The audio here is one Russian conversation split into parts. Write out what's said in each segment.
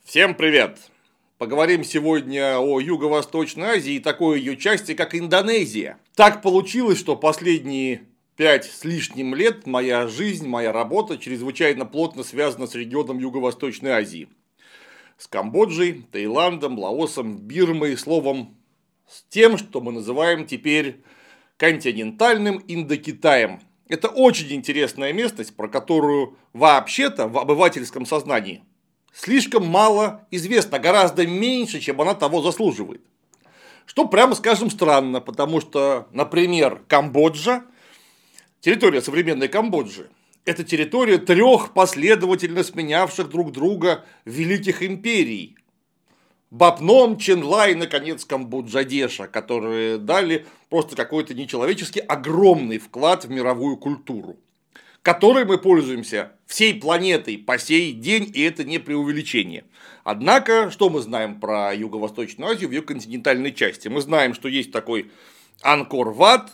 Всем привет! Поговорим сегодня о Юго-Восточной Азии и такой ее части, как Индонезия. Так получилось, что последние 5 с лишним лет моя жизнь, моя работа чрезвычайно плотно связана с регионом Юго-Восточной Азии. С Камбоджей, Таиландом, Лаосом, Бирмой, словом, с тем, что мы называем теперь континентальным Индокитаем. Это очень интересная местность, про которую вообще-то в обывательском сознании слишком мало известно, гораздо меньше, чем она того заслуживает. Что, прямо скажем, странно, потому что, например, Камбоджа, территория современной Камбоджи, это территория 3 последовательно сменявших друг друга великих империй. Бапном, Ченлай и, наконец, Камбоджа-Деша, которые дали просто какой-то нечеловечески огромный вклад в мировую культуру, которой мы пользуемся всей планетой по сей день, и это не преувеличение. Однако, что мы знаем про Юго-Восточную Азию в ее континентальной части? Мы знаем, что есть такой Ангкор-Ват,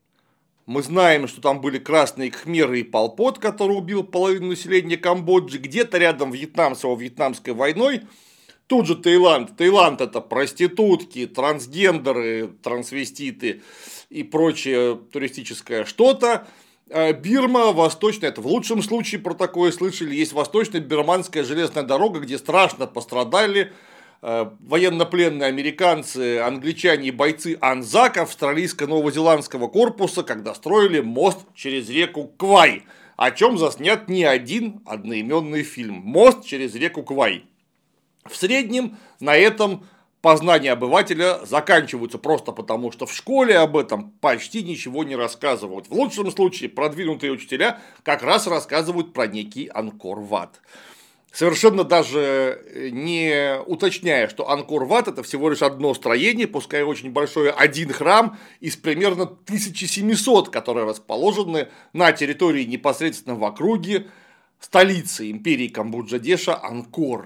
мы знаем, что там были красные кхмеры и Пол Пот, который убил половину населения Камбоджи, где-то рядом Вьетнам с его вьетнамской войной. Тут же Таиланд. Таиланд – это проститутки, трансгендеры, трансвеститы и прочее туристическое что-то. Бирма, восточная, это в лучшем случае про такое слышали, есть восточная бирманская железная дорога, где страшно пострадали военнопленные американцы, англичане и бойцы Анзака австралийско-новозеландского корпуса, когда строили мост через реку Квай, о чем заснят не один одноименный фильм «Мост через реку Квай». В среднем на этом познания обывателя заканчиваются просто потому, что в школе об этом почти ничего не рассказывают. В лучшем случае продвинутые учителя как раз рассказывают про некий Ангкор-Ват. Совершенно даже не уточняя, что Ангкор-Ват – это всего лишь одно строение, пускай очень большое, один храм из примерно 1700, которые расположены на территории непосредственно в округе столицы империи Камбоджа-Деша Ангкор.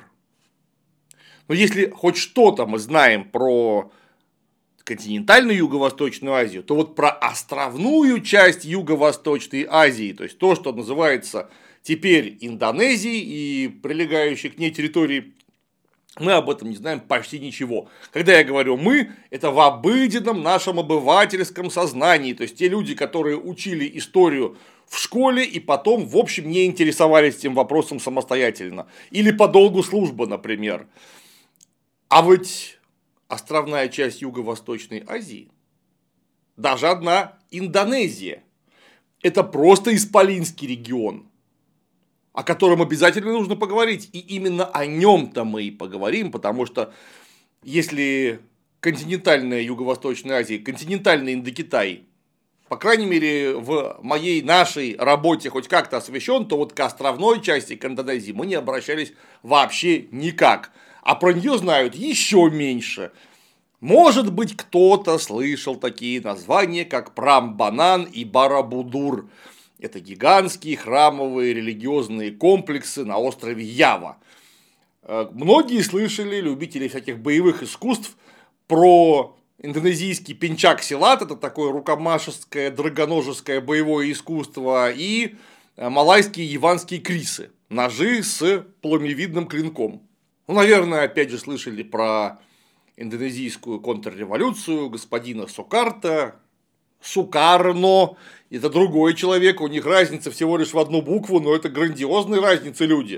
Но если хоть что-то мы знаем про континентальную Юго-Восточную Азию, то вот про островную часть Юго-Восточной Азии, то есть то, что называется теперь Индонезией и прилегающей к ней территории, мы об этом не знаем почти ничего. Когда я говорю «мы», это в обыденном нашем обывательском сознании, то есть те люди, которые учили историю в школе и потом, в общем, не интересовались этим вопросом самостоятельно. Или по долгу службы, например. А ведь островная часть Юго-Восточной Азии, даже одна Индонезия, это просто исполинский регион, о котором обязательно нужно поговорить. И именно о нем-то мы и поговорим, потому что если континентальная Юго-Восточная Азия, континентальный Индокитай, по крайней мере, в моей нашей работе хоть как-то освещен, то вот к островной части, к Индонезии, мы не обращались вообще никак. А про нее знают еще меньше. Может быть, кто-то слышал такие названия, как Прамбанан и Барабудур. Это гигантские храмовые религиозные комплексы на острове Ява. Многие слышали, любители всяких боевых искусств, про индонезийский пенчак-силат, это такое рукомашеское, драгоножеское боевое искусство, и малайские яванские крисы, ножи с пламевидным клинком. Ну, наверное, опять же слышали про индонезийскую контрреволюцию господина Сукарто. Сукарно – это другой человек, у них разница всего лишь в одну букву, но это грандиозные разницы, люди.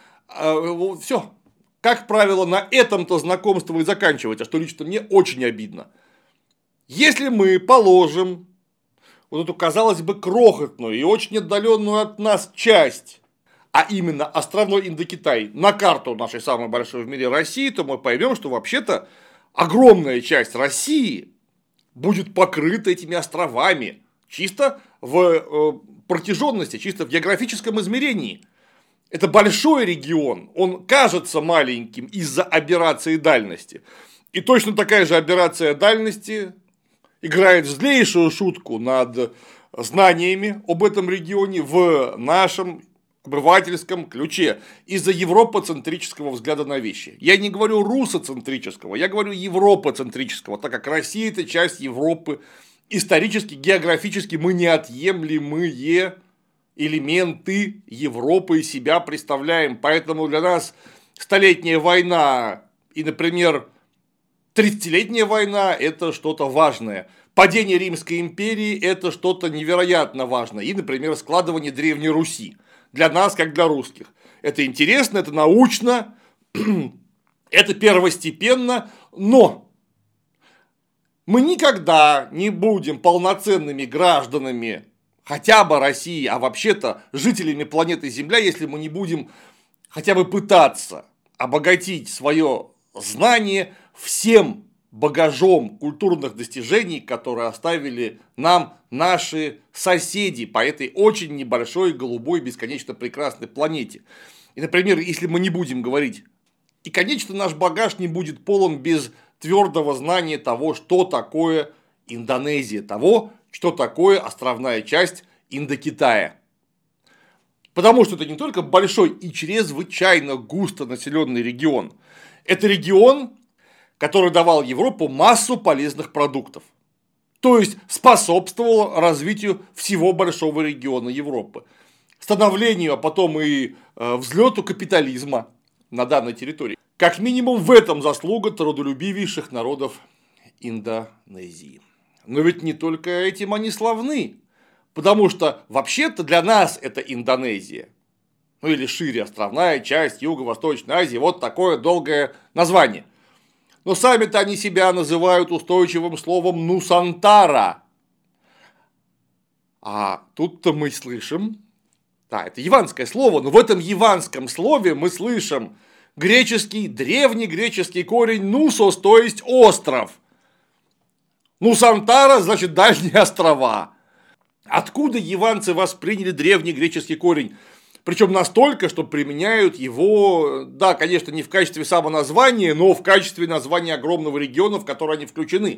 Все. Как правило, на этом-то знакомство и заканчивается, что лично мне очень обидно. Если мы положим вот эту, казалось бы, крохотную и очень отдаленную от нас часть, а именно островной Индокитай, на карту нашей самой большой в мире России, то мы поймем, что вообще-то огромная часть России будет покрыта этими островами чисто в протяженности, чисто в географическом измерении. Это большой регион, он кажется маленьким из-за аберрации дальности. И точно такая же аберрация дальности играет злейшую шутку над знаниями об этом регионе в нашем обывательском ключе из-за европоцентрического взгляда на вещи. Я не говорю русоцентрического, я говорю европоцентрического, так как Россия – это часть Европы. Исторически, географически мы неотъемлемые элементы Европы из себя представляем. Поэтому для нас Столетняя война и, например, 30-летняя война – это что-то важное. Падение Римской империи – это что-то невероятно важное. И, например, складывание Древней Руси. Для нас, как для русских. Это интересно, это научно, это первостепенно, но мы никогда не будем полноценными гражданами хотя бы России, а вообще-то жителями планеты Земля, если мы не будем хотя бы пытаться обогатить свое знание всем багажом культурных достижений, которые оставили нам наши соседи по этой очень небольшой, голубой, бесконечно прекрасной планете. И, например, если мы не будем говорить, и, конечно, наш багаж не будет полон без твердого знания того, что такое Индонезия, того, что такое островная часть Индокитая. Потому что это не только большой и чрезвычайно густо населенный регион, это регион, который давал Европу массу полезных продуктов. То есть способствовал развитию всего большого региона Европы. Становлению, а потом и взлету капитализма на данной территории. Как минимум в этом заслуга трудолюбивейших народов Индонезии. Но ведь не только этим они славны. Потому что вообще-то для нас это Индонезия. Ну или шире, островная часть Юго-Восточной Азии. Вот такое долгое название. Но сами-то они себя называют устойчивым словом Нусантара. А тут-то мы слышим, да, это яванское слово, но в этом яванском слове мы слышим греческий, древнегреческий корень нусос, то есть остров. Нусантара значит дальние острова. Откуда яванцы восприняли древнегреческий корень? Причем настолько, что применяют его, да, конечно, не в качестве самоназвания, но в качестве названия огромного региона, в который они включены.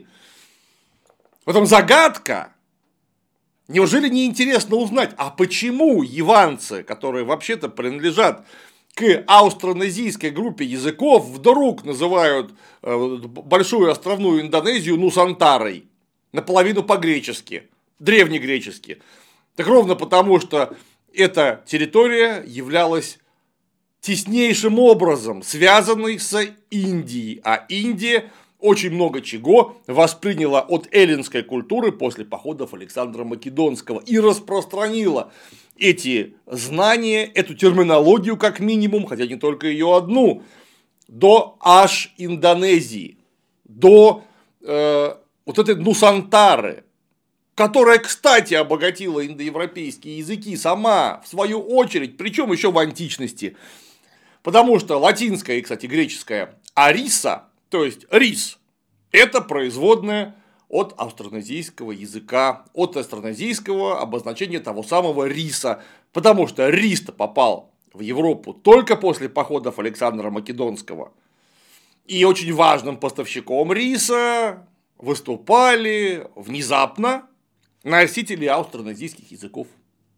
В этом загадка. Неужели не интересно узнать, а почему яванцы, которые вообще-то принадлежат к аустронезийской группе языков, вдруг называют большую островную Индонезию Нусантарой, наполовину по-гречески, древнегречески. Так ровно потому, что эта территория являлась теснейшим образом связанной с Индией, а Индия очень много чего восприняла от эллинской культуры после походов Александра Македонского и распространила эти знания, эту терминологию как минимум, хотя не только ее одну, до аж Индонезии, до вот этой Нусантары, которая, кстати, обогатила индоевропейские языки сама, в свою очередь, причем еще в античности. Потому что латинская и, кстати, греческая ариса, то есть рис, это производная от австронезийского языка, от австронезийского обозначения того самого риса. Потому что рис-то попал в Европу только после походов Александра Македонского. И очень важным поставщиком риса выступали внезапно носители аустронезийских языков.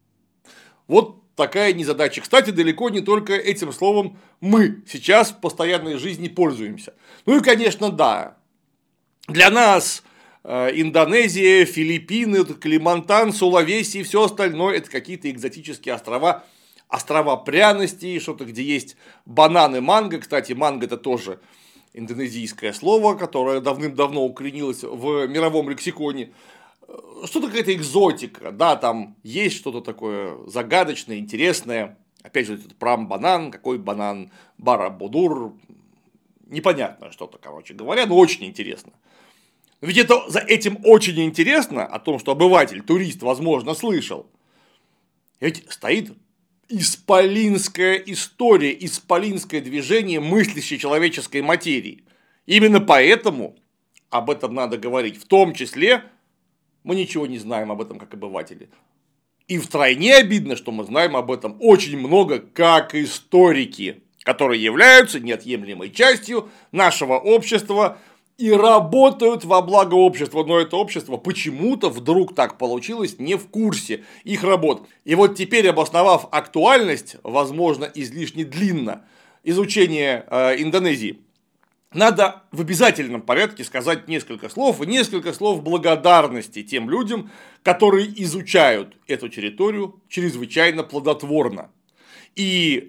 Вот такая незадача. Кстати, далеко не только этим словом мы сейчас в постоянной жизни пользуемся. Ну и, конечно, да, для нас Индонезия, Филиппины, Калимантан, Сулавеси и все остальное – это какие-то экзотические острова, острова пряностей, что-то, где есть бананы, манго. Кстати, манго – это тоже индонезийское слово, которое давным-давно укоренилось в мировом лексиконе. Что-то какая-то экзотика, да, там есть что-то такое загадочное, интересное. Опять же, этот прам-банан, какой банан, Барабудур, непонятно что-то, короче говоря, но очень интересно. Но ведь это, за этим очень интересно, о том, что обыватель, турист, возможно, слышал. Ведь стоит исполинская история, исполинское движение мыслящей человеческой материи. Именно поэтому об этом надо говорить, в том числе. Мы ничего не знаем об этом как обыватели. И втройне обидно, что мы знаем об этом очень много как историки, которые являются неотъемлемой частью нашего общества и работают во благо общества. Но это общество почему-то вдруг так получилось не в курсе их работ. И вот теперь, обосновав актуальность, возможно, излишне длинно, изучения Индонезии, надо в обязательном порядке сказать несколько слов, и несколько слов благодарности тем людям, которые изучают эту территорию чрезвычайно плодотворно. И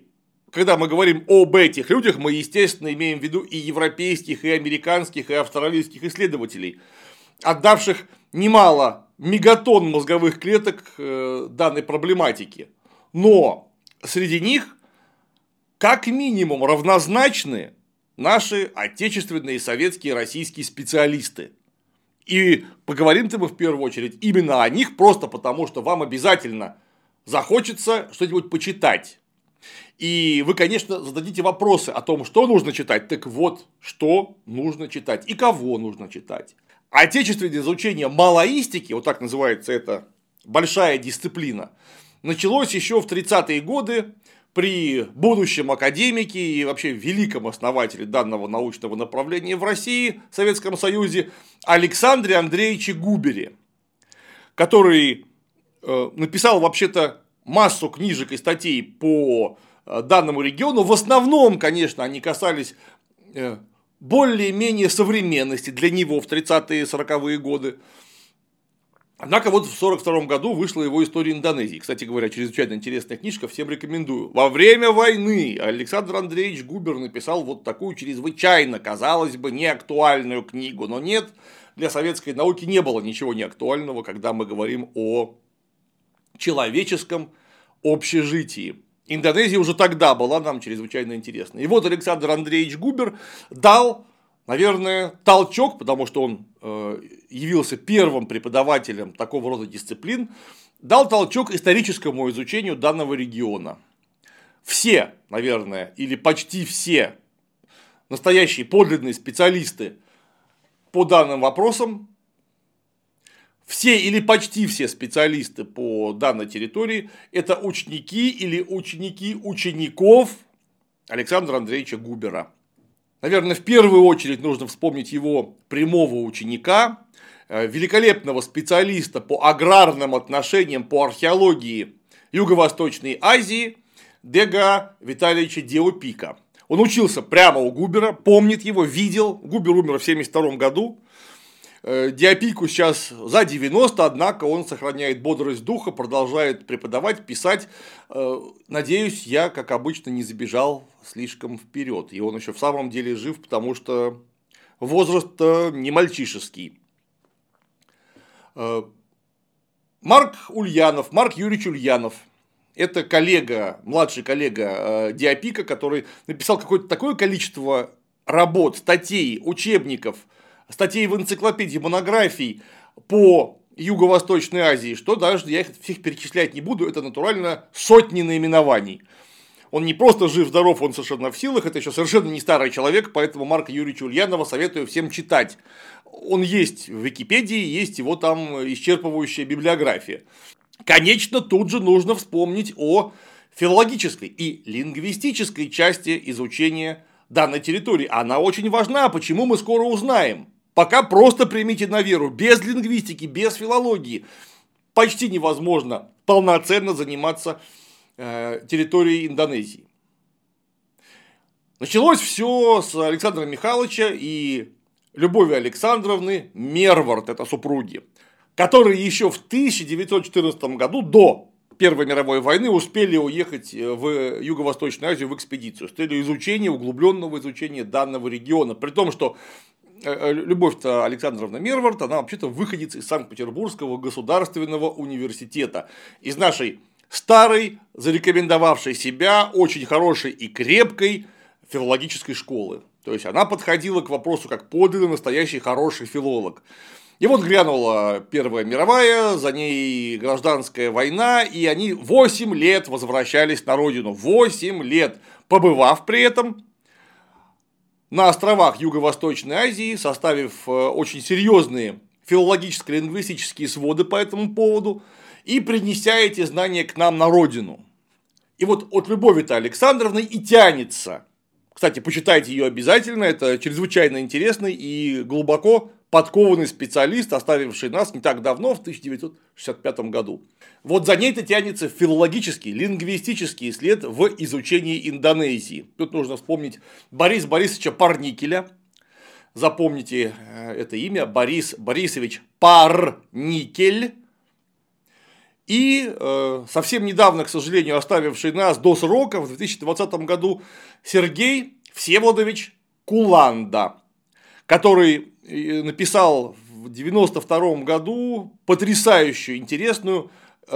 когда мы говорим об этих людях, мы, естественно, имеем в виду и европейских, и американских, и австралийских исследователей, отдавших немало мегатонн мозговых клеток данной проблематике. Но среди них, как минимум, равнозначны наши отечественные, советские, российские специалисты. И поговорим-то мы в первую очередь именно о них, просто потому что вам обязательно захочется что-нибудь почитать. И вы, конечно, зададите вопросы о том, что нужно читать. Так вот, что нужно читать и кого нужно читать. Отечественное изучение малоистики, вот так называется эта большая дисциплина, началось еще в 30-е годы при будущем академике и вообще великом основателе данного научного направления в России, в Советском Союзе, Александре Андреевиче Губере, который написал вообще-то массу книжек и статей по данному региону. В основном, конечно, они касались более-менее современности для него в 30-е и 40-е годы. Однако вот в 1942 году вышла его «История Индонезии». Кстати говоря, чрезвычайно интересная книжка, всем рекомендую. Во время войны Александр Андреевич Губер написал вот такую чрезвычайно, казалось бы, неактуальную книгу. Но нет, для советской науки не было ничего неактуального, когда мы говорим о человеческом общежитии. Индонезия уже тогда была нам чрезвычайно интересна. И вот Александр Андреевич Губер дал, наверное, толчок, потому что он явился первым преподавателем такого рода дисциплин, дал толчок историческому изучению данного региона. Все, наверное, или почти все настоящие подлинные специалисты по данным вопросам, все или почти все специалисты по данной территории – это ученики или ученики учеников Александра Андреевича Губера. Наверное, в первую очередь нужно вспомнить его прямого ученика, великолепного специалиста по аграрным отношениям, по археологии Юго-Восточной Азии Дега Витальевича Диопика. Он учился прямо у Губера, помнит его, видел. Губер умер в 1972 году. Диопику сейчас за 90, однако он сохраняет бодрость духа, продолжает преподавать, писать. Надеюсь, я, как обычно, не забежал слишком вперед. И он еще в самом деле жив, потому что возраст не мальчишеский. Марк Юрьевич Ульянов. Это коллега, младший коллега Диопика, который написал какое-то такое количество работ, статей, учебников, статей в энциклопедии, монографий по Юго-Восточной Азии, что даже я их всех перечислять не буду, это натурально сотни наименований. Он не просто жив-здоров, он совершенно в силах, это еще совершенно не старый человек, поэтому Марка Юрьевича Ульянова советую всем читать. Он есть в Википедии, есть его там исчерпывающая библиография. Конечно, тут же нужно вспомнить о филологической и лингвистической части изучения данной территории. Она очень важна, почему мы скоро узнаем. Пока просто примите на веру, без лингвистики, без филологии почти невозможно полноценно заниматься территорией Индонезии. Началось все с Александра Михайловича и Любови Александровны Мервард, это супруги, которые еще в 1914 году, до Первой мировой войны, успели уехать в Юго-Восточную Азию в экспедицию с целью изучения, углубленного изучения данного региона. При том, что Любовь-то Александровна Мервард, она вообще-то выходец из Санкт-Петербургского государственного университета, из нашей старой, зарекомендовавшей себя, очень хорошей и крепкой филологической школы. То есть она подходила к вопросу как подлинно настоящий хороший филолог. И вот грянула Первая мировая, за ней гражданская война, и они 8 лет возвращались на родину. 8 лет, побывав при этом на островах Юго-Восточной Азии, составив очень серьезные филологическо-лингвистические своды по этому поводу и принеся эти знания к нам на родину. И вот от Любови-то Александровны и тянется. Кстати, почитайте ее обязательно, это чрезвычайно интересный и глубоко подкованный специалист, оставивший нас не так давно, в 1965 году. Вот за ней-то тянется филологический, лингвистический след в изучении Индонезии. Тут нужно вспомнить Бориса Борисовича Парникеля. Запомните это имя, Борис Борисович Парникель. и совсем недавно, к сожалению, оставивший нас до срока в 2020 году Сергей Всеволодович Куланда, который написал в 1992 году потрясающую, интересную,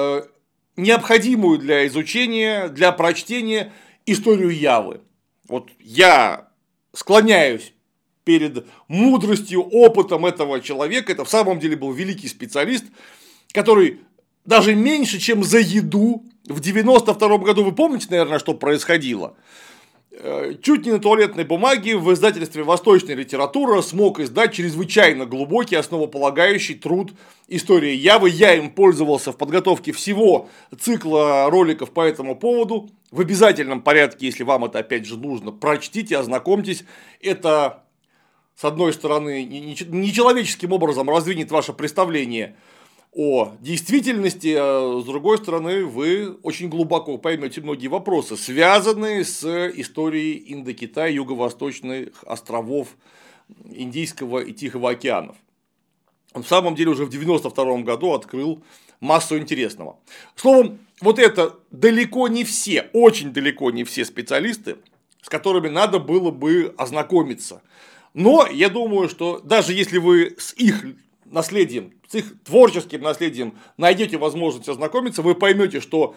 необходимую для изучения, для прочтения историю Явы. Вот я склоняюсь перед мудростью, опытом этого человека. Это в самом деле был великий специалист, который даже меньше, чем за еду в 1992 году, вы помните, наверное, что происходило? Чуть не на туалетной бумаге в издательстве «Восточная литература» смог издать чрезвычайно глубокий, основополагающий труд «История Явы». Я им пользовался в подготовке всего цикла роликов по этому поводу. В обязательном порядке, если вам это опять же нужно, прочтите, ознакомьтесь. Это, с одной стороны, нечеловеческим образом раздвинет ваше представление о действительности, а с другой стороны, вы очень глубоко поймете многие вопросы, связанные с историей Индокитая, юго-восточных островов Индийского и Тихого океанов. Он в самом деле уже в 1992 году открыл массу интересного. Словом, вот это далеко не все, очень далеко не все специалисты, с которыми надо было бы ознакомиться. Но я думаю, что даже если вы с их наследием, с их творческим наследием найдете возможность ознакомиться, вы поймете, что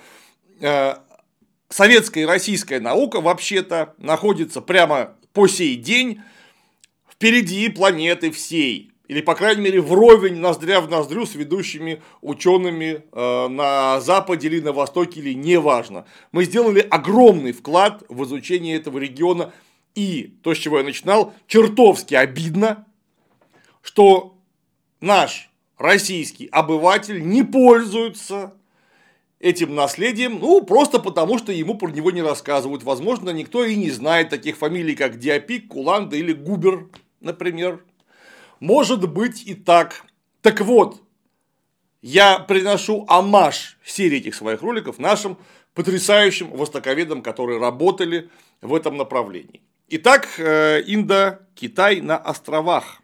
советская и российская наука вообще-то находится прямо по сей день впереди планеты всей. Или, по крайней мере, вровень, ноздря в ноздрю с ведущими учеными на Западе или на Востоке, или неважно. Мы сделали огромный вклад в изучение этого региона. И то, с чего я начинал, чертовски обидно, что наш российский обыватель не пользуется этим наследием, ну, просто потому, что ему про него не рассказывают. Возможно, никто и не знает таких фамилий, как Диапик, Куланда или Губер, например. Может быть и так. Так вот, я приношу оммаж серии этих своих роликов нашим потрясающим востоковедам, которые работали в этом направлении. Итак, Индокитай на островах.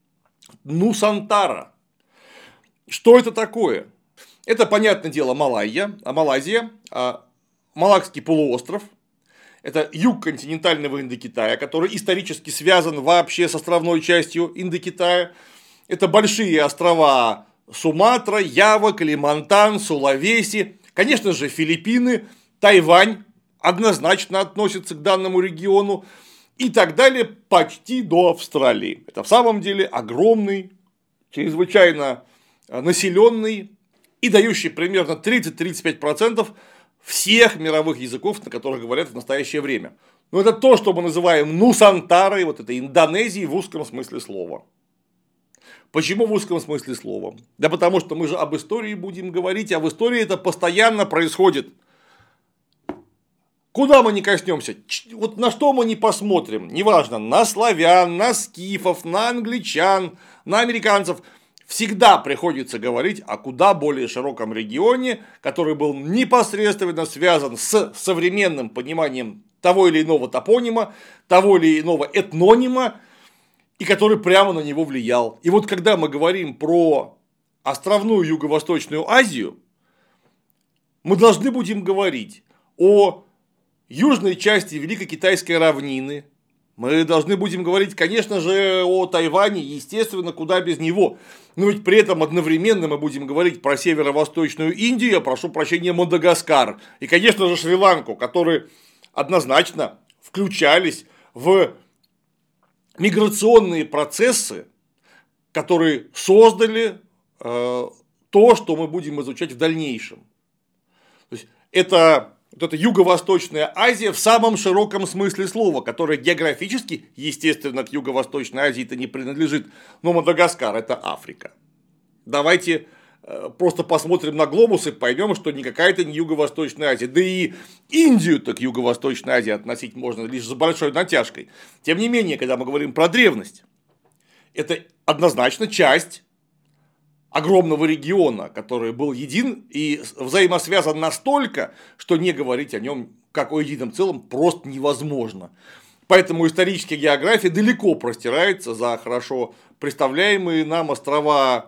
Нусантара. Что это такое? Это, понятное дело, Малайзия, Малакский полуостров. Это юг континентального Индокитая, который исторически связан вообще с островной частью Индокитая. Это большие острова Суматра, Ява, Калимантан, Сулавеси. Конечно же, Филиппины, Тайвань однозначно относятся к данному региону. И так далее, почти до Австралии. Это в самом деле огромный, чрезвычайно населенный и дающий примерно 30-35% всех мировых языков, на которых говорят в настоящее время. Но это то, что мы называем Нусантарой, вот этой Индонезией в узком смысле слова. Почему в узком смысле слова? Да потому что мы же об истории будем говорить, а в истории это постоянно происходит. Куда мы не коснемся, вот на что мы не посмотрим, неважно, на славян, на скифов, на англичан, на американцев, всегда приходится говорить о куда более широком регионе, который был непосредственно связан с современным пониманием того или иного топонима, того или иного этнонима, и который прямо на него влиял. И вот когда мы говорим про островную Юго-Восточную Азию, мы должны будем говорить о южной части Великой Китайской равнины. Мы должны будем говорить, конечно же, о Тайване, естественно, куда без него. Но ведь при этом одновременно мы будем говорить про северо-восточную Индию, я прошу прощения, Мадагаскар. И, конечно же, Шри-Ланку, которые однозначно включались в миграционные процессы, которые создали то, что мы будем изучать в дальнейшем. То есть, это Юго-Восточная Азия в самом широком смысле слова, которая географически, естественно, к Юго-Восточной Азии-то не принадлежит, но Мадагаскар – это Африка. Давайте просто посмотрим на глобус и поймем, что никакая это не Юго-Восточная Азия. Да и Индию-то к Юго-Восточной Азии относить можно лишь с большой натяжкой. Тем не менее, когда мы говорим про древность, это однозначно часть огромного региона, который был един и взаимосвязан настолько, что не говорить о нем как о едином целом просто невозможно. Поэтому историческая география далеко простирается за хорошо представляемые нам острова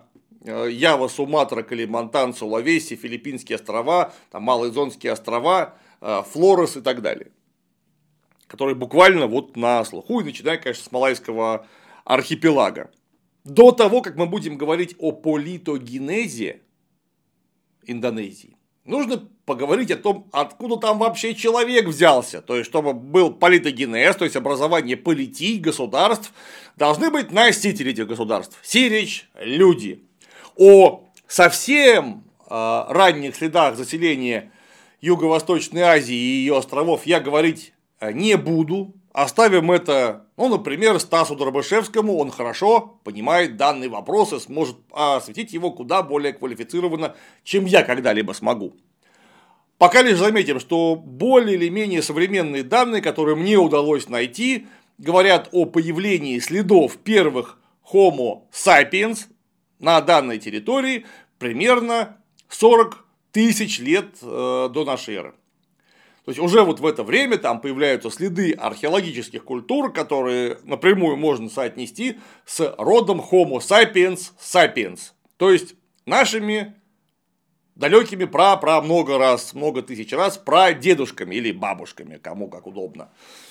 Ява, Суматра, Калимантан, Сулавеси, Филиппинские острова, там, Малоизонские острова, Флорес и так далее. Которые буквально вот на слуху, и начиная, конечно, с Малайского архипелага. До того, как мы будем говорить о политогенезе Индонезии, нужно поговорить о том, откуда там вообще человек взялся. То есть, чтобы был политогенез, то есть образование политий, государств, должны быть носители этих государств. Сирич, люди. О совсем ранних следах заселения Юго-Восточной Азии и ее островов я говорить не буду. Оставим это, ну, например, Стасу Дробышевскому, он хорошо понимает данный вопрос и сможет осветить его куда более квалифицированно, чем я когда-либо смогу. Пока лишь заметим, что более или менее современные данные, которые мне удалось найти, говорят о появлении следов первых Homo sapiens на данной территории примерно 40 тысяч лет до нашей эры. То есть, уже вот в это время там появляются следы археологических культур, которые напрямую можно соотнести с родом Homo sapiens sapiens. То есть, нашими далекими много тысяч раз прадедушками или бабушками, кому как удобно.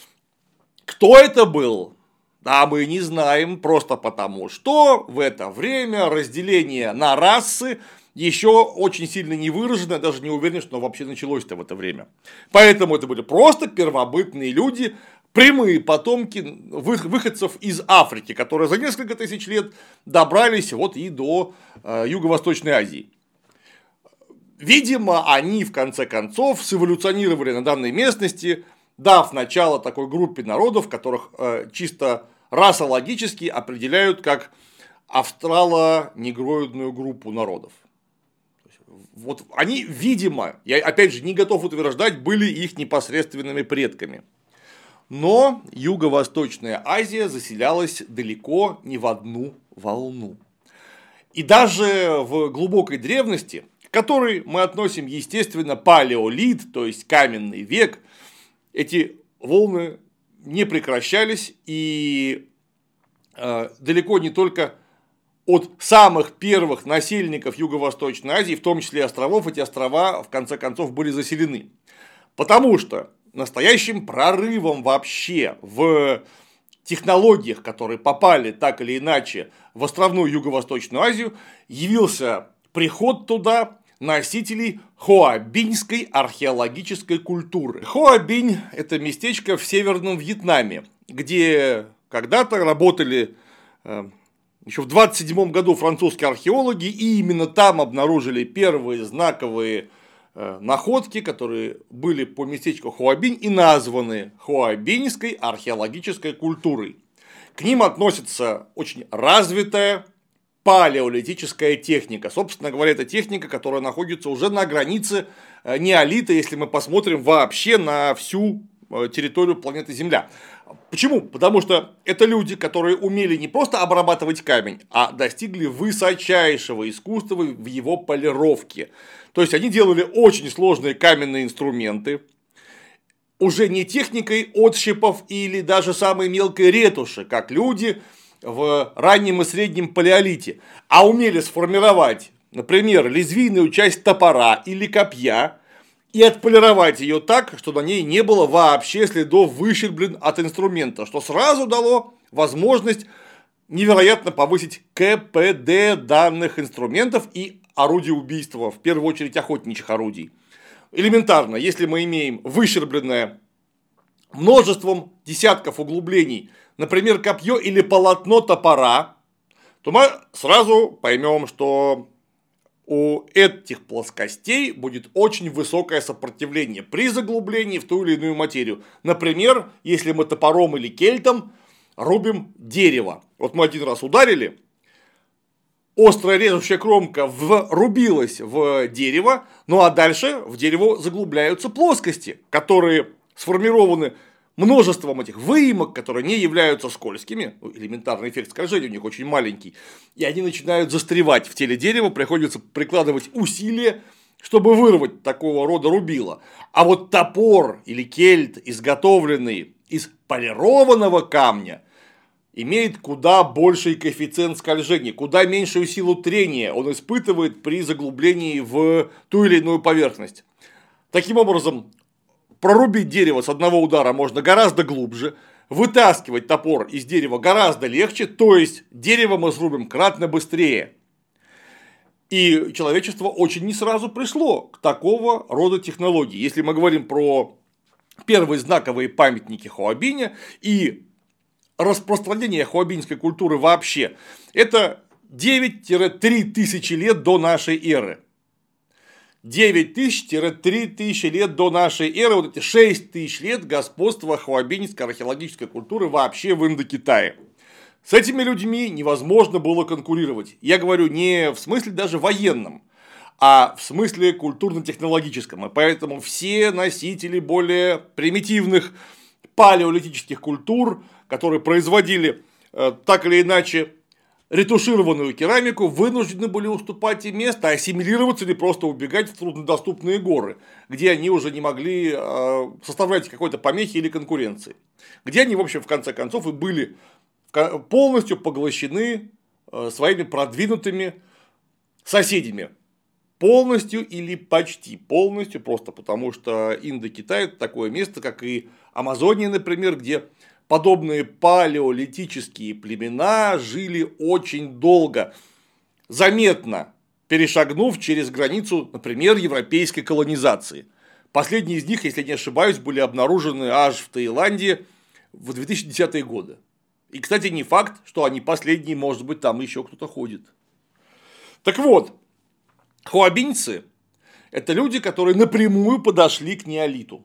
Кто это был? Да, мы не знаем, просто потому что в это время разделение на расы еще очень сильно не выражено, даже не уверен, что оно вообще началось-то в это время. Поэтому это были просто первобытные люди, прямые потомки выходцев из Африки, которые за несколько тысяч лет добрались вот и до Юго-Восточной Азии. Видимо, они в конце концов сэволюционировали на данной местности, дав начало такой группе народов, которых чисто расологически определяют как австрало-негроидную группу народов. Вот они, видимо, я опять же не готов утверждать, были их непосредственными предками. Но Юго-Восточная Азия заселялась далеко не в одну волну. И даже в глубокой древности, к которой мы относим, естественно, палеолит, то есть каменный век, эти волны не прекращались, и далеко не только от самых первых насельников Юго-Восточной Азии, в том числе островов, эти острова в конце концов были заселены. Потому что настоящим прорывом вообще в технологиях, которые попали так или иначе в островную Юго-Восточную Азию, явился приход туда носителей хоабиньской археологической культуры. Хоабинь – это местечко в Северном Вьетнаме, где когда-то работали еще в 1927 году французские археологи, и именно там обнаружили первые знаковые находки, которые были по местечку Хоабинь и названы хоабиньской археологической культурой. К ним относится очень развитая палеолитическая техника. Собственно говоря, это техника, которая находится уже на границе неолита, если мы посмотрим вообще на всю территорию планеты Земля. Почему? Потому что это люди, которые умели не просто обрабатывать камень, а достигли высочайшего искусства в его полировке. То есть, они делали очень сложные каменные инструменты, уже не техникой отщепов или даже самой мелкой ретуши, как люди в раннем и среднем палеолите, а умели сформировать, например, лезвийную часть топора или копья, и отполировать ее так, что на ней не было вообще следов выщерблен от инструмента, что сразу дало возможность невероятно повысить КПД данных инструментов и орудий убийства, в первую очередь охотничьих орудий. Элементарно, если мы имеем выщербленное множеством десятков углублений, например, копье или полотно топора, то мы сразу поймем, что у этих плоскостей будет очень высокое сопротивление при заглублении в ту или иную материю. Например, если мы топором или кельтом рубим дерево. Вот мы один раз ударили, острая режущая кромка врубилась в дерево, ну а дальше в дерево заглубляются плоскости, которые сформированы множеством этих выемок, которые не являются скользкими, элементарный эффект скольжения у них очень маленький, и они начинают застревать в теле дерева, приходится прикладывать усилия, чтобы вырвать такого рода рубило. А вот топор или кельт, изготовленный из полированного камня, имеет куда больший коэффициент скольжения, куда меньшую силу трения он испытывает при заглублении в ту или иную поверхность. Таким образом, прорубить дерево с одного удара можно гораздо глубже, вытаскивать топор из дерева гораздо легче, то есть дерево мы срубим кратно быстрее. И человечество очень не сразу пришло к такого рода технологии. Если мы говорим про первые знаковые памятники Хуабиня и распространение хуабинской культуры вообще, это 9-3 тысячи лет до нашей эры. 9000-3 тысячи лет до нашей эры, вот эти 6 тысяч лет господства хуабинской археологической культуры вообще в Индокитае. С этими людьми невозможно было конкурировать. Я говорю не в смысле даже военном, а в смысле культурно-технологическом. И поэтому все носители более примитивных палеолитических культур, которые производили так или иначе ретушированную керамику, вынуждены были уступать им место, ассимилироваться или просто убегать в труднодоступные горы, где они уже не могли составлять какой-то помехи или конкуренции. Где они, в общем, в конце концов и были полностью поглощены своими продвинутыми соседями. Полностью или почти полностью, просто потому что Индокитай – это такое место, как и Амазония, например, где подобные палеолитические племена жили очень долго, заметно перешагнув через границу, например, европейской колонизации. Последние из них, если не ошибаюсь, были обнаружены аж в Таиланде в 2010-е годы. И, кстати, не факт, что они последние, может быть, там еще кто-то ходит. Так вот, хуабинцы – это люди, которые напрямую подошли к неолиту.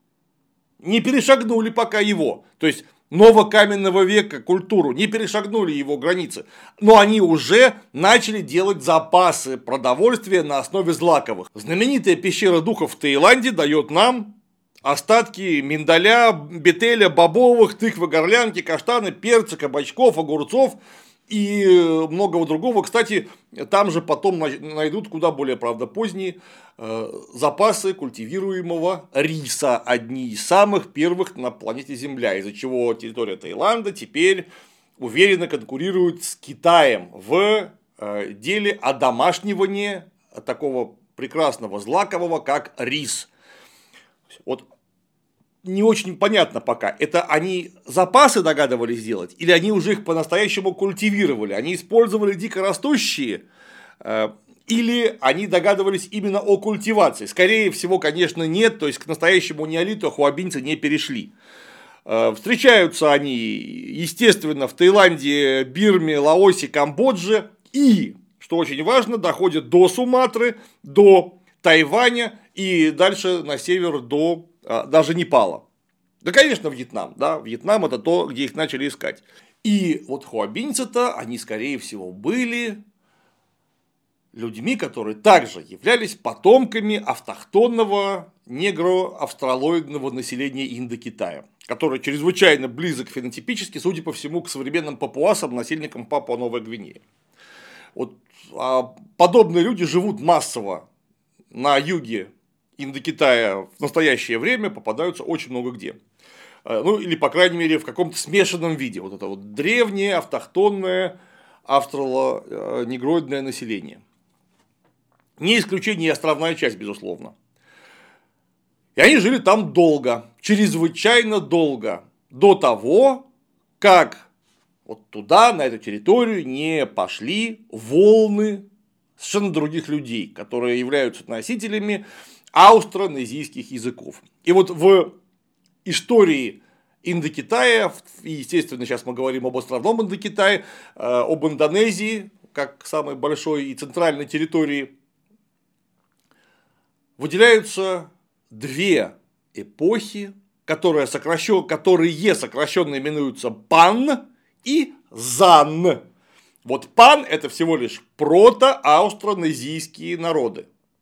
Не перешагнули пока его, то есть новокаменного века культуру, не перешагнули его границы, но они уже начали делать запасы продовольствия на основе злаковых. Знаменитая пещера духов в Таиланде дает нам остатки миндаля, бетеля, бобовых, тыквы, горлянки, каштаны, перца, кабачков, огурцов и многого другого. Кстати, там же потом найдут куда более, правда, поздние запасы культивируемого риса, одни из самых первых на планете Земля, из-за чего территория Таиланда теперь уверенно конкурирует с Китаем в деле одомашнивания такого прекрасного злакового, как рис. Вот не очень понятно пока, это они запасы догадывались делать, или они уже их по-настоящему культивировали, они использовали дикорастущие, или они догадывались именно о культивации. Скорее всего, конечно, нет, то есть к настоящему неолиту хуабинцы не перешли. Встречаются они, естественно, в Таиланде, Бирме, Лаосе, Камбодже и, что очень важно, доходят до Суматры, до Тайваня и дальше на север до даже Непала. Да, конечно, Вьетнам. Да? Вьетнам – это то, где их начали искать. И вот хуабинцы-то, они, скорее всего, были людьми, которые также являлись потомками автохтонного негро-австралоидного населения Индокитая, которое чрезвычайно близок фенотипически, судя по всему, к современным папуасам, насельникам Папуа-Новой Гвинеи. Вот, подобные люди живут массово на юге Индокитая в настоящее время, попадаются очень много где. Ну, или, по крайней мере, в каком-то смешанном виде. Вот это вот древнее, автохтонное, австрало-негроидное население. Не исключение и островная часть, безусловно. И они жили там долго, чрезвычайно долго, до того, как вот туда, на эту территорию, не пошли волны совершенно других людей, которые являются носителями аустронезийских языков. И вот в истории Индокитая, и, естественно, сейчас мы говорим об островном Индокитае, об Индонезии, как самой большой и центральной территории, выделяются две эпохи, которые сокращенно именуются Пан и Зан. Вот Пан – это всего лишь прото-аустронезийские народы.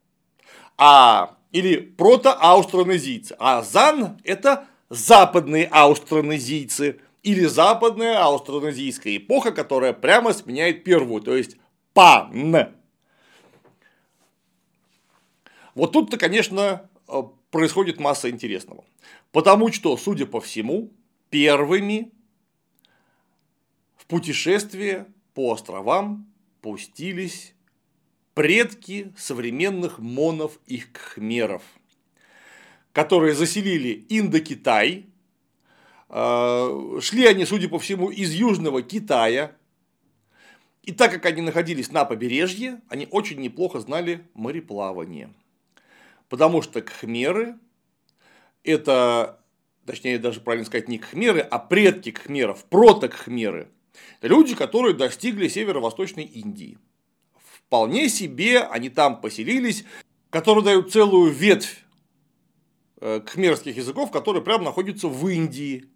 Или прото-аустронезийцы. А Зан – это западные аустронезийцы. Или западная аустронезийская эпоха, которая прямо сменяет первую, то есть Пан. Вот тут-то, конечно, происходит масса интересного. Потому что, судя по всему, первыми в путешествие по островам пустились предки современных монов и кхмеров, которые заселили Индокитай. Шли они, судя по всему, из Южного Китая. И так как они находились на побережье, они очень неплохо знали мореплавание. Потому что кхмеры – это, точнее даже правильно сказать, не кхмеры, а предки кхмеров, протокхмеры. Это люди, которые достигли северо-восточной Индии. Вполне себе они там поселились, которые дают целую ветвь кхмерских языков, которые прямо находятся в Индии.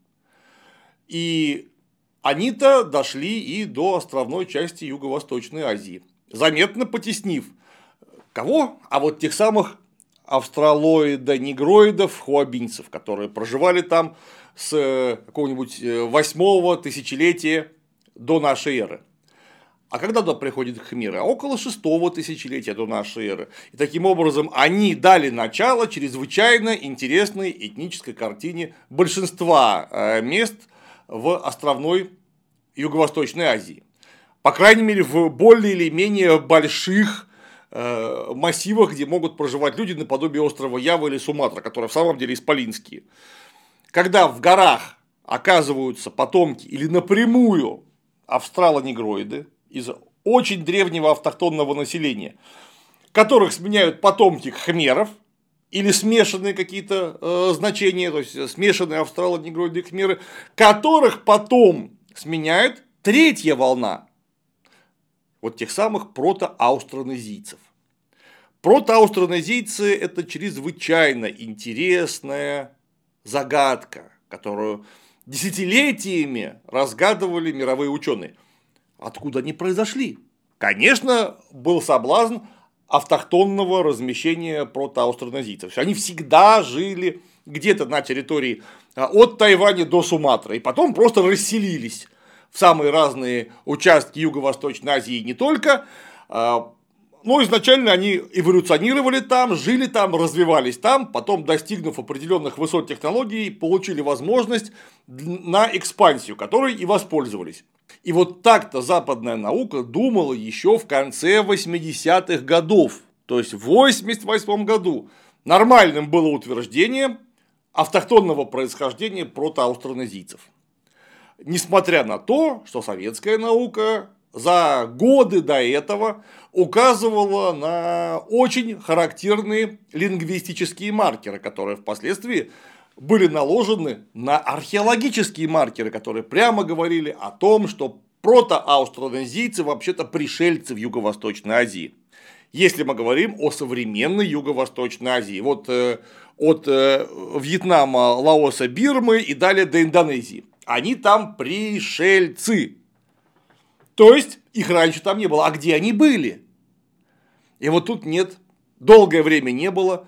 И они-то дошли и до островной части Юго-Восточной Азии, заметно потеснив кого? А вот тех самых австралоидо-негроидов, хуабинцев, которые проживали там с какого-нибудь 8-го тысячелетия до нашей эры. А когда туда приходят кхмеры? Около 6-го тысячелетия до нашей эры. И таким образом они дали начало чрезвычайно интересной этнической картине большинства мест в островной Юго-Восточной Азии. По крайней мере, в более или менее больших массивах, где могут проживать люди наподобие острова Ява или Суматра, которые в самом деле исполинские. Когда в горах оказываются потомки или напрямую австралонегроиды из очень древнего автохтонного населения, которых сменяют потомки кхмеров или смешанные какие-то значения, то есть смешанные австралонегроиды и кхмеры, которых потом сменяет третья волна вот тех самых протоаустронезийцев. Протоаустронезийцы – это чрезвычайно интересная загадка, которую десятилетиями разгадывали мировые ученые. Откуда они произошли? Конечно, был соблазн автохтонного размещения протоаустронезийцев. Они всегда жили где-то на территории от Тайваня до Суматры, и потом просто расселились в самые разные участки Юго-Восточной Азии и не только. Но изначально они эволюционировали там, жили там, развивались там, потом, достигнув определенных высот технологий, получили возможность на экспансию, которой и воспользовались. И вот так-то западная наука думала еще в конце 80-х годов. То есть в 1988 году нормальным было утверждение автохтонного происхождения протоаустронезийцев. Несмотря на то, что советская наука за годы до этого указывала на очень характерные лингвистические маркеры, которые впоследствии были наложены на археологические маркеры, которые прямо говорили о том, что протоаустронезийцы вообще-то пришельцы в Юго-Восточной Азии. Если мы говорим о современной Юго-Восточной Азии, вот от Вьетнама, Лаоса, Бирмы и далее до Индонезии. Они там пришельцы. То есть их раньше там не было. А где они были? И вот тут нет, долгое время не было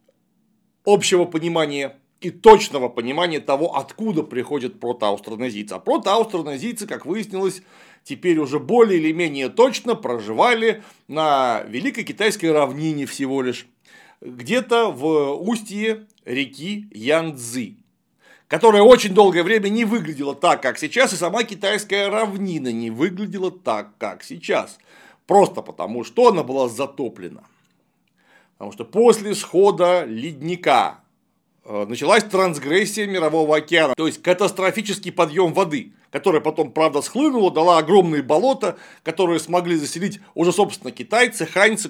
общего понимания и точного понимания того, откуда приходят протоаустронезийцы. А протоаустронезийцы, как выяснилось, теперь уже более или менее точно проживали на Великой Китайской равнине всего лишь, где-то в устье реки Янцзы, которая очень долгое время не выглядела так, как сейчас, и сама Китайская равнина не выглядела так, как сейчас. Просто потому, что она была затоплена. Потому что после схода ледника началась трансгрессия Мирового океана, то есть катастрофический подъем воды, которая потом, правда, схлынула, дала огромные болота, которые смогли заселить уже, собственно, китайцы, ханьцы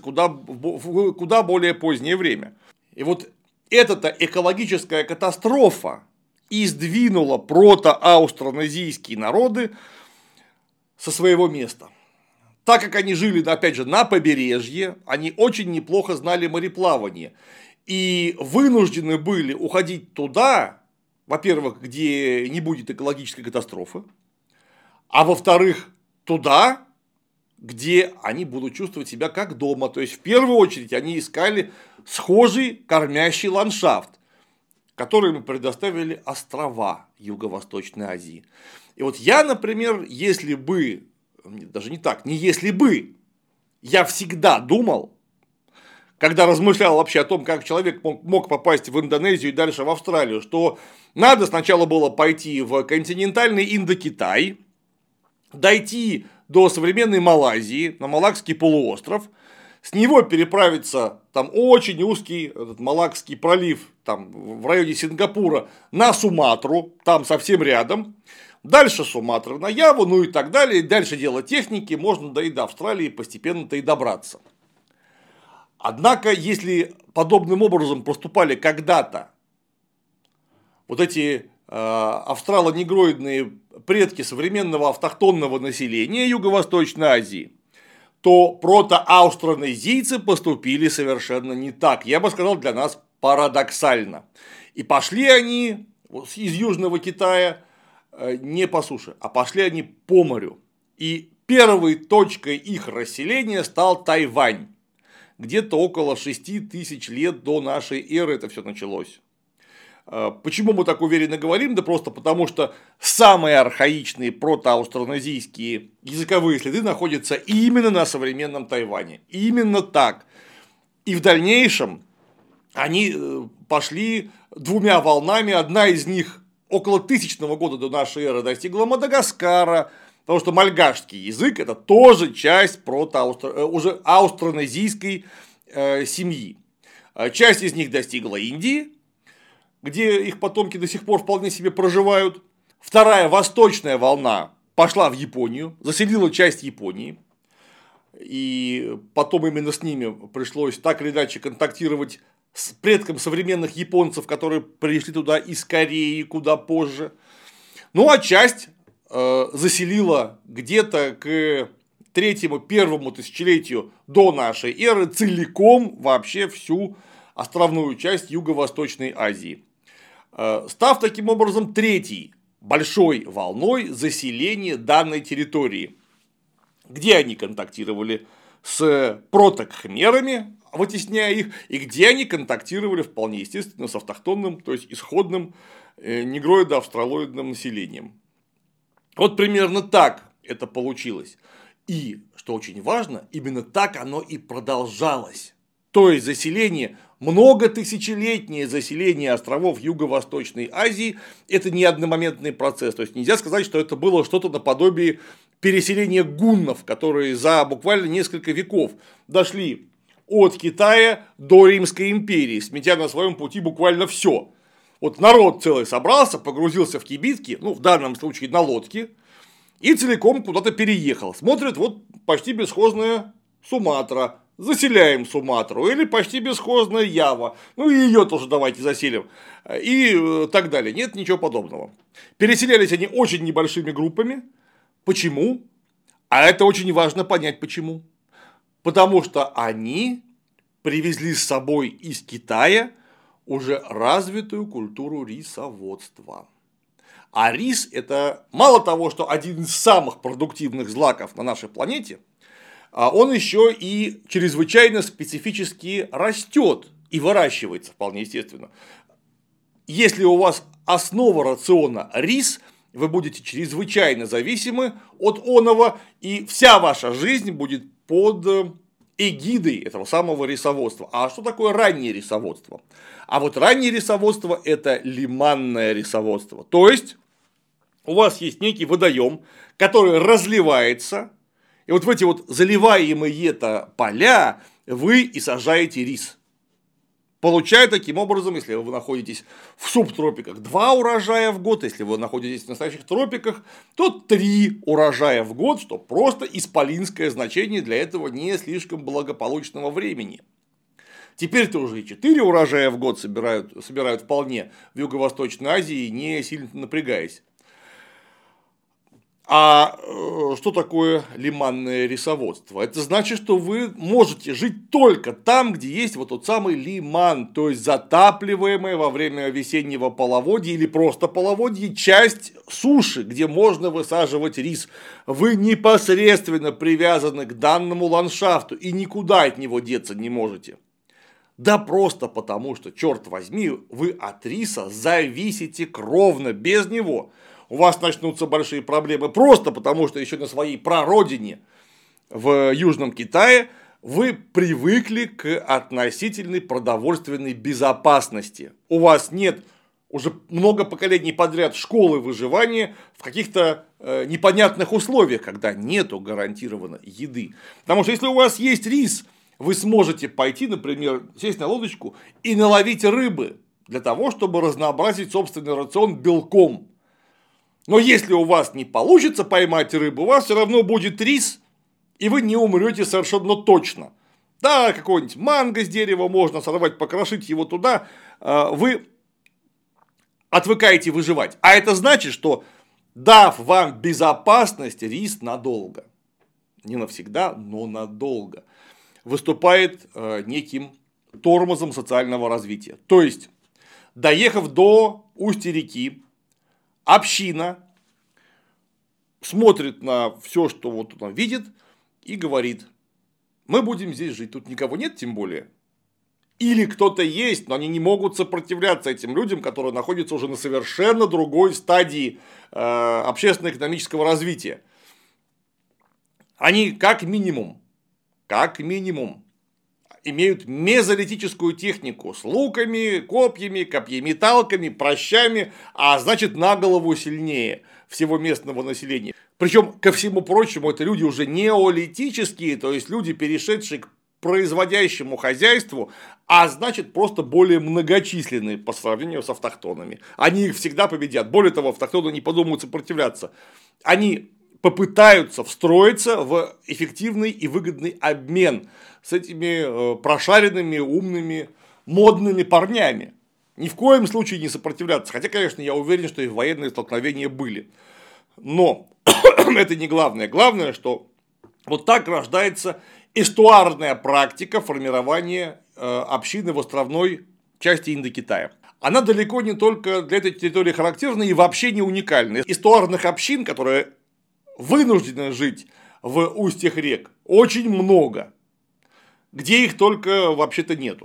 в куда более позднее время. И вот эта экологическая катастрофа и сдвинула протоаустронезийские народы со своего места. Так как они жили, опять же, на побережье, они очень неплохо знали мореплавание. И вынуждены были уходить туда, во-первых, где не будет экологической катастрофы, а во-вторых, туда, где они будут чувствовать себя как дома. То есть, в первую очередь, они искали схожий кормящий ландшафт, который им предоставили острова Юго-Восточной Азии. И вот я, например, если бы, даже не так, не если бы, я всегда думал, когда размышлял вообще о том, как человек мог попасть в Индонезию и дальше в Австралию, что надо сначала было пойти в континентальный Индокитай, дойти до современной Малайзии, на Малакский полуостров, с него переправиться, там очень узкий этот Малакский пролив, там в районе Сингапура, на Суматру, там совсем рядом, дальше Суматры на Яву, ну и так далее, и дальше дело техники, можно и до Австралии постепенно-то и добраться. Однако, если подобным образом поступали когда-то вот эти австрало-негроидные предки современного автохтонного населения Юго-Восточной Азии, то протоаустронезийцы поступили совершенно не так. Я бы сказал, для нас парадоксально. И пошли они из Южного Китая не по суше, а пошли они по морю. И первой точкой их расселения стал Тайвань. Где-то около 6000 лет до нашей эры это все началось. Почему мы так уверенно говорим? Да просто потому, что самые архаичные протоаустронезийские языковые следы находятся именно на современном Тайване. Именно так. И в дальнейшем они пошли двумя волнами. Одна из них около 1000 года до нашей эры достигла Мадагаскара. Потому что мальгашский язык – это тоже часть уже аустронезийской семьи. Часть из них достигла Индии, где их потомки до сих пор вполне себе проживают. Вторая восточная волна пошла в Японию, заселила часть Японии. И потом именно с ними пришлось так или иначе контактировать с предком современных японцев, которые пришли туда из Кореи куда позже. Ну а часть заселила где-то к 3-1 тысячелетию до нашей эры целиком вообще всю островную часть Юго-Восточной Азии, став таким образом третьей большой волной заселения данной территории, где они контактировали с протокхмерами, вытесняя их, и где они контактировали вполне естественно с автохтонным, то есть исходным негроидо-австралоидным населением. Вот примерно так это получилось. И, что очень важно, именно так оно и продолжалось. То есть заселение, многотысячелетнее заселение островов Юго-Восточной Азии – это не одномоментный процесс. То есть нельзя сказать, что это было что-то наподобие переселения гуннов, которые за буквально несколько веков дошли от Китая до Римской империи, сметя на своем пути буквально все. Вот народ целый собрался, погрузился в кибитки, ну, в данном случае на лодке, и целиком куда-то переехал. Смотрит, вот почти бесхозная Суматра, заселяем Суматру, или почти бесхозная Ява, ну и ее тоже давайте заселим, и так далее. Нет ничего подобного. Переселялись они очень небольшими группами. Почему? А это очень важно понять почему. Потому что они привезли с собой из Китая уже развитую культуру рисоводства. А рис – это мало того, что один из самых продуктивных злаков на нашей планете, он еще и чрезвычайно специфически растет и выращивается вполне естественно. Если у вас основа рациона рис, вы будете чрезвычайно зависимы от оного, и вся ваша жизнь будет под эгидой этого самого рисоводства. А что такое раннее рисоводство? А вот раннее рисоводство – это лиманное рисоводство. То есть у вас есть некий водоем, который разливается, и вот в эти вот заливаемые-то поля вы и сажаете рис. Получая таким образом, если вы находитесь в субтропиках, 2 урожая в год, если вы находитесь в настоящих тропиках, то 3 урожая в год, что просто исполинское значение для этого не слишком благополучного времени. Теперь-то уже и 4 урожая в год собирают вполне в Юго-Восточной Азии, не сильно напрягаясь. А что такое лиманное рисоводство? Это значит, что вы можете жить только там, где есть вот тот самый лиман, то есть затапливаемая во время весеннего половодья или просто половодья часть суши, где можно высаживать рис. Вы непосредственно привязаны к данному ландшафту и никуда от него деться не можете. Да просто потому, что, черт возьми, вы от риса зависите кровно, без него. У вас начнутся большие проблемы просто потому, что еще на своей прародине в Южном Китае вы привыкли к относительной продовольственной безопасности. У вас нет уже много поколений подряд школы выживания в каких-то непонятных условиях, когда нету гарантированно еды. Потому что если у вас есть рис, вы сможете пойти, например, сесть на лодочку и наловить рыбы для того, чтобы разнообразить собственный рацион белком. Но если у вас не получится поймать рыбу, у вас все равно будет рис, и вы не умрете совершенно точно. Да, какой-нибудь манго с дерева можно сорвать, покрошить его туда, вы отвыкаете выживать. А это значит, что дав вам безопасность, рис надолго, не навсегда, но надолго, выступает неким тормозом социального развития. То есть, доехав до устья реки, община смотрит на все, что вот он видит, и говорит: мы будем здесь жить, тут никого нет, тем более. Или кто-то есть, но они не могут сопротивляться этим людям, которые находятся уже на совершенно другой стадии общественно-экономического развития. Они как минимум, имеют мезолитическую технику с луками, копьями, копьеметалками, пращами, а значит на голову сильнее всего местного населения. Причем, ко всему прочему, это люди уже неолитические, то есть люди, перешедшие к производящему хозяйству, а значит просто более многочисленные по сравнению с автохтонами. Они их всегда победят. Более того, автохтоны не подумают сопротивляться. Они попытаются встроиться в эффективный и выгодный обмен с этими прошаренными, умными, модными парнями. Ни в коем случае не сопротивляться. Хотя, конечно, я уверен, что и военные столкновения были. Но это не главное. Главное, что вот так рождается эстуарная практика формирования общины в островной части Индокитая. Она далеко не только для этой территории характерна и вообще не уникальна. Эстуарных общин, которые вынуждены жить в устьях рек, очень много. Где их только вообще-то нету.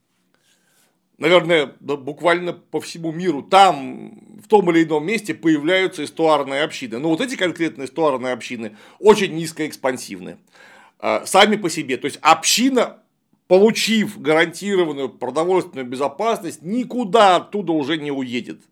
Наверное, буквально по всему миру там, в том или ином месте появляются эстуарные общины. Но вот эти конкретные эстуарные общины очень низкоэкспансивны. Сами по себе. То есть община, получив гарантированную продовольственную безопасность, никуда оттуда уже не уедет.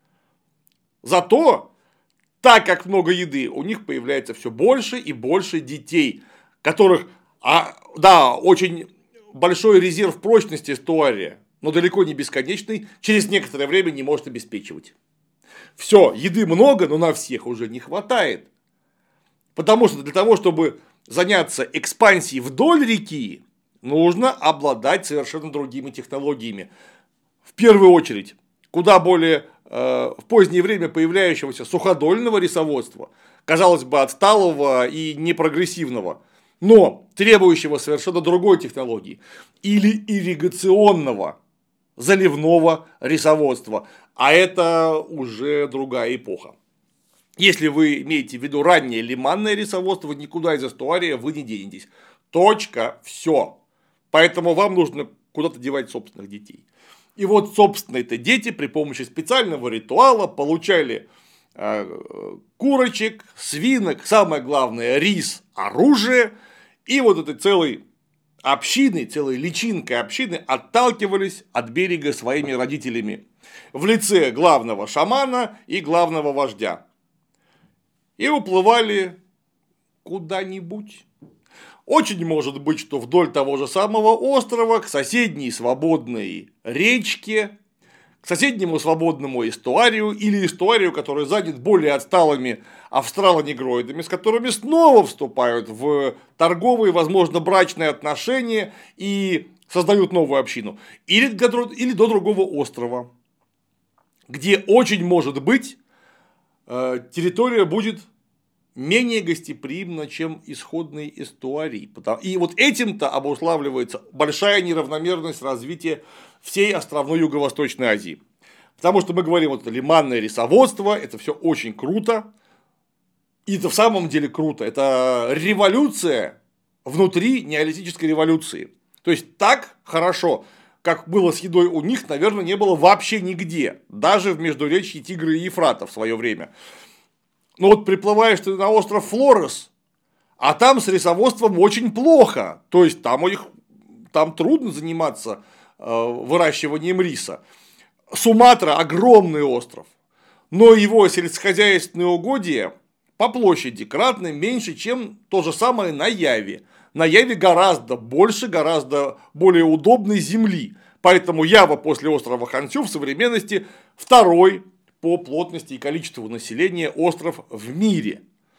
Зато, так как много еды, у них появляется все больше и больше детей, которых, да, очень большой резерв прочности эстуария, но далеко не бесконечный, через некоторое время не может обеспечивать. Все, еды много, но на всех уже не хватает. Потому что для того, чтобы заняться экспансией вдоль реки, нужно обладать совершенно другими технологиями. В первую очередь, куда более в позднее время появляющегося суходольного рисоводства, казалось бы, отсталого и непрогрессивного, но требующего совершенно другой технологии, или ирригационного заливного рисоводства, а это уже другая эпоха. Если вы имеете в виду раннее лиманное рисоводство, никуда из эстуария вы не денетесь. Точка, все. Поэтому вам нужно куда-то девать собственных детей. И вот собственные-то дети при помощи специального ритуала получали курочек, свинок, самое главное, рис, оружие. И вот этой целой общины, целой личинкой общины отталкивались от берега своими родителями в лице главного шамана и главного вождя. И уплывали куда-нибудь. Очень может быть, что вдоль того же самого острова, к соседней свободной речке, к соседнему свободному эстуарию или эстуарию, который занят более отсталыми австралонегроидами, с которыми снова вступают в торговые, возможно, брачные отношения и создают новую общину. Или до другого острова, где очень может быть территория будет менее гостеприимна, чем исходный эстуарий. И вот этим-то обуславливается большая неравномерность развития всей островной Юго-Восточной Азии. Потому что мы говорим, вот лиманное рисоводство, это все очень круто. И это в самом деле круто. Это революция внутри неолитической революции. То есть так хорошо, как было с едой у них, наверное, не было вообще нигде. Даже в междуречье Тигра и Ефрата в свое время. Но вот приплываешь ты на остров Флорес, а там с рисоводством очень плохо. То есть там трудно заниматься выращиванием риса. Суматра – огромный остров, но его сельскохозяйственные угодья по площади кратно меньше, чем то же самое на Яве. На Яве гораздо больше, гораздо более удобной земли. Поэтому Ява после острова Хансю в современности второй по плотности и количеству населения остров в мире.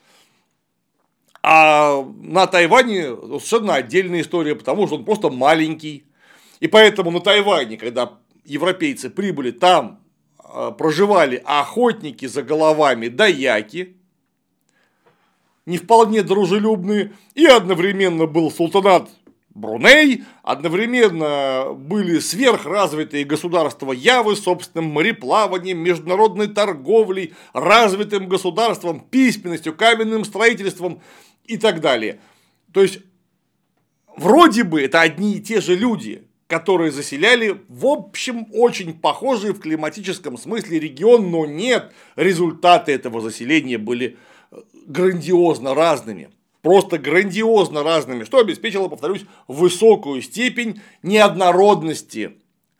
А на Тайване совершенно отдельная история, потому что он просто маленький. И поэтому на Тайване, когда европейцы прибыли, там проживали охотники за головами даяки, не вполне дружелюбные, и одновременно был султанат Бруней, одновременно были сверхразвитые государства Явы с собственным мореплаванием, международной торговлей, развитым государством, письменностью, каменным строительством и так далее. То есть, вроде бы это одни и те же люди, которые заселяли, в общем, очень похожий в климатическом смысле регион, но нет, результаты этого заселения были грандиозно разными. Просто грандиозно разными, что обеспечило, повторюсь, высокую степень неоднородности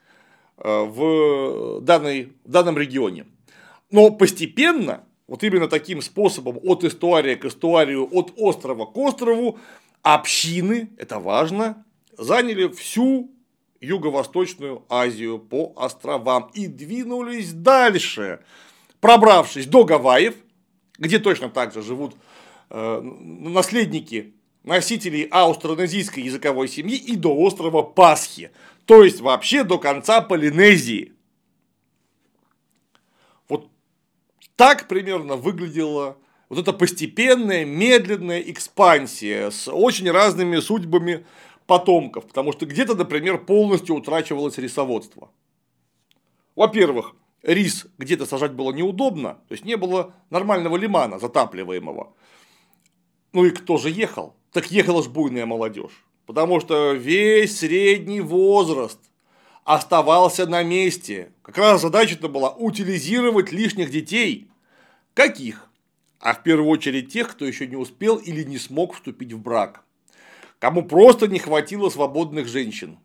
в данном регионе. Но постепенно, вот именно таким способом, от эстуария к эстуарию, от острова к острову, общины, это важно, заняли всю Юго-Восточную Азию по островам и двинулись дальше, пробравшись до Гавайев, где точно так же живут наследники носителей аустронезийской языковой семьи, и до острова Пасхи, то есть вообще до конца Полинезии. Вот так примерно выглядела вот эта постепенная, медленная экспансия с очень разными судьбами потомков, потому что где-то, например, полностью утрачивалось рисоводство. Во-первых, рис где-то сажать было неудобно, то есть не было нормального лимана затапливаемого. Ну и кто же ехал? Так ехала ж буйная молодежь, потому что весь средний возраст оставался на месте. Как раз задача-то была утилизировать лишних детей. Каких? А в первую очередь тех, кто еще не успел или не смог вступить в брак. Кому просто не хватило свободных женщин.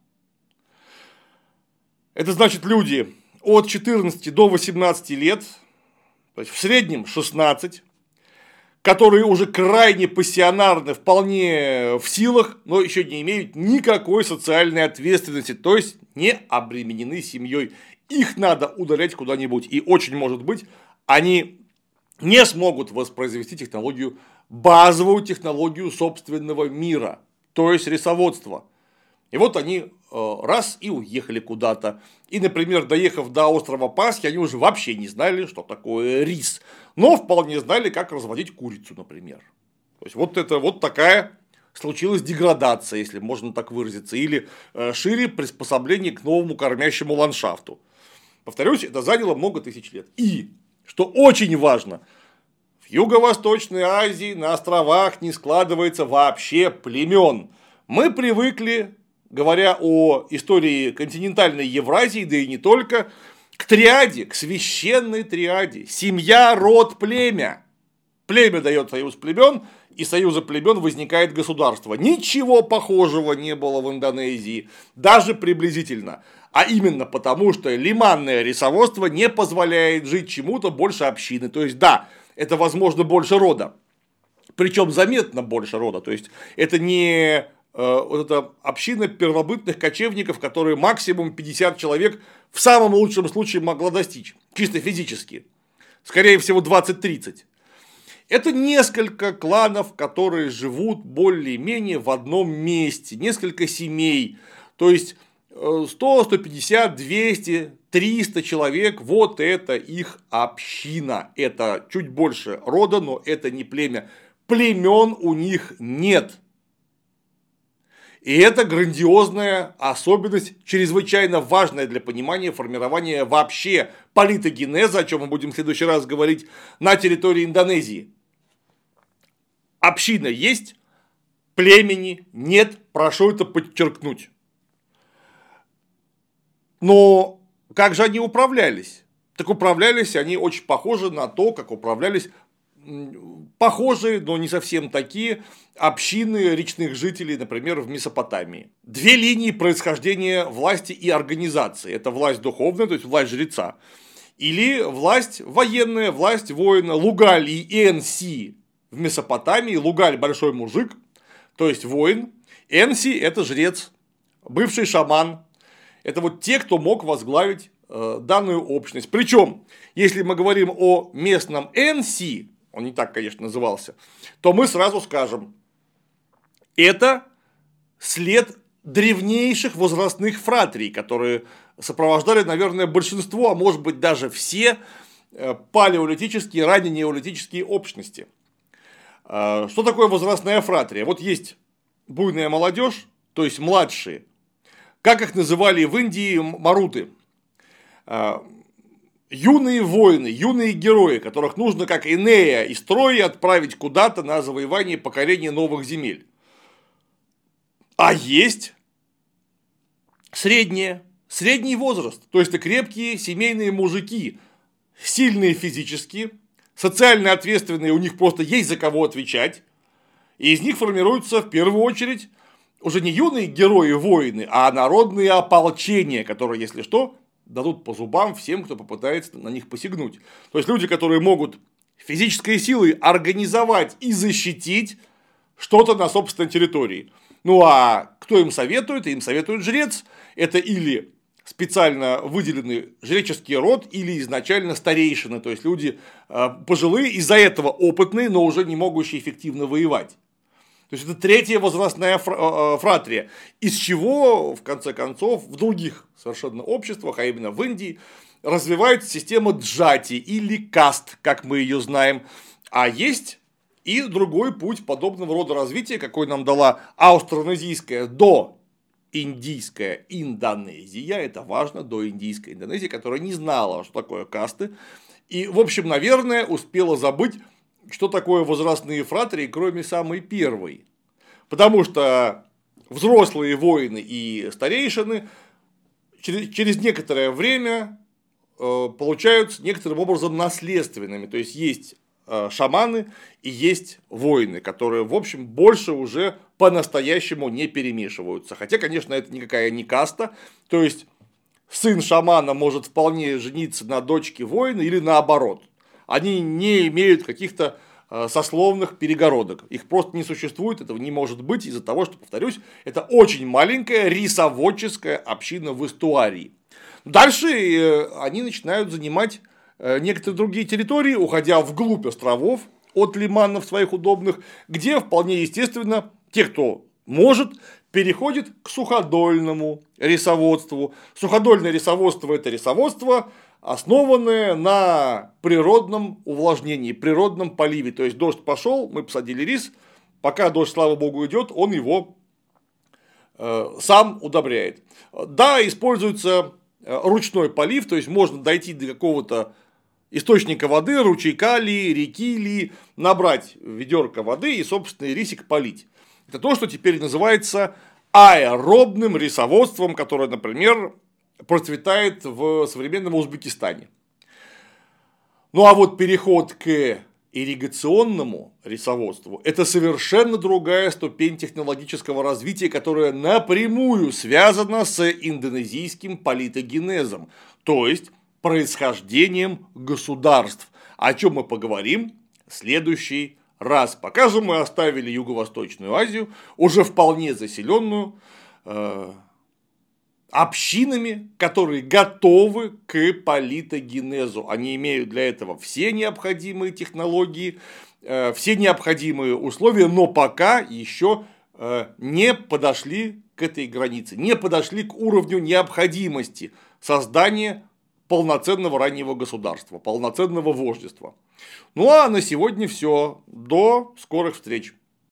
Это значит люди от 14 до 18 лет, то есть в среднем 16, которые уже крайне пассионарны, вполне в силах, но еще не имеют никакой социальной ответственности, то есть не обременены семьей. Их надо удалять куда-нибудь, и очень может быть, они не смогут воспроизвести технологию, базовую технологию собственного мира, то есть рисоводство. И вот они раз и уехали куда-то. И, например, доехав до острова Пасхи, они уже вообще не знали, что такое рис. Но вполне знали, как разводить курицу, например. То есть, вот такая случилась деградация, если можно так выразиться. Или шире приспособление к новому кормящему ландшафту. Повторюсь, это заняло много тысяч лет. И, что очень важно, в Юго-Восточной Азии на островах не складывается вообще племен. Мы привыкли, говоря о истории континентальной Евразии, да и не только, к триаде, к священной триаде. Семья, род, племя. Племя дает союз племен, и союза племен возникает государство. Ничего похожего не было в Индонезии, даже приблизительно. А именно потому, что лиманное рисоводство не позволяет жить чему-то больше общины. То есть, да, это возможно больше рода. Причем заметно больше рода. То есть, это не вот эта община первобытных кочевников, которые максимум 50 человек в самом лучшем случае могла достичь, чисто физически. Скорее всего, 20-30. Это несколько кланов, которые живут более-менее в одном месте, несколько семей. То есть 100, 150, 200, 300 человек, вот это их община. Это чуть больше рода, но это не племя. Племен у них нет. И это грандиозная особенность, чрезвычайно важная для понимания формирования вообще политогенеза, о чем мы будем в следующий раз говорить, на территории Индонезии. Община есть, племени нет, прошу это подчеркнуть. Но как же они управлялись? Так управлялись они очень похоже на то, как управлялись похожие, но не совсем такие, общины речных жителей, например, в Месопотамии. Две линии происхождения власти и организации. Это власть духовная, то есть власть жреца, или власть военная, власть воина. Лугаль и Энси в Месопотамии. Лугаль – большой мужик, то есть воин. Энси – это жрец, бывший шаман. Это вот те, кто мог возглавить данную общность. Причем, если мы говорим о местном Энси, он не так, конечно, назывался, то мы сразу скажем, это след древнейших возрастных фратрий, которые сопровождали, наверное, большинство, а может быть даже все палеолитические, ранненеолитические общности. Что такое возрастная фратрия? Вот есть буйная молодежь, то есть младшие. Как их называли в Индии маруты? Юные воины, юные герои, которых нужно, как Энея из Трои, отправить куда-то на завоевание и покорение новых земель. А есть средний возраст, то есть это крепкие семейные мужики, сильные физически, социально ответственные, у них просто есть за кого отвечать, и из них формируются в первую очередь уже не юные герои-воины, а народные ополчения, которые, если что, дадут по зубам всем, кто попытается на них посягнуть. То есть люди, которые могут физической силой организовать и защитить что-то на собственной территории. Ну а кто им советует? Им советует жрец. Это или специально выделенный жреческий род, или изначально старейшины, то есть люди пожилые, из-за этого опытные, но уже не могущие эффективно воевать. То есть это третья возрастная фратрия, из чего, в конце концов, в других совершенно обществах, а именно в Индии, развивается система джати или каст, как мы ее знаем. А есть и другой путь подобного рода развития, какой нам дала аустронезийская доиндийская Индонезия. Это важно, доиндийская Индонезия, которая не знала, что такое касты. И, в общем, наверное, успела забыть, что такое возрастные фратрии, кроме самой первой. Потому что взрослые воины и старейшины через некоторое время получаются некоторым образом наследственными. То есть есть шаманы и есть воины, которые, в общем, больше уже по-настоящему не перемешиваются. Хотя, конечно, это никакая не каста. То есть сын шамана может вполне жениться на дочке воина или наоборот. Они не имеют каких-то сословных перегородок. Их просто не существует, этого не может быть из-за того, что, повторюсь, это очень маленькая рисоводческая община в эстуарии. Дальше они начинают занимать некоторые другие территории, уходя вглубь островов от лиманов своих удобных, где вполне естественно те, кто может, переходит к суходольному рисоводству. Суходольное рисоводство – это рисоводство, основанное на природном увлажнении, природном поливе. То есть дождь пошел, мы посадили рис, пока дождь, слава богу, идет, он его сам удобряет. Да, используется ручной полив, то есть можно дойти до какого-то источника воды, ручейка ли, реки ли, набрать ведерко воды и собственный рисик полить. Это то, что теперь называется аэробным рисоводством, которое, например, процветает в современном Узбекистане. Ну а вот переход к ирригационному рисоводству – это совершенно другая ступень технологического развития, которая напрямую связана с индонезийским политогенезом, то есть происхождением государств, о чем мы поговорим в следующий раз. Пока же мы оставили Юго-Восточную Азию, уже вполне заселенную общинами, которые готовы к политогенезу. Они имеют для этого все необходимые технологии, все необходимые условия, но пока еще не подошли к этой границе, не подошли к уровню необходимости создания полноценного раннего государства, полноценного вождества. Ну а на сегодня все. До скорых встреч.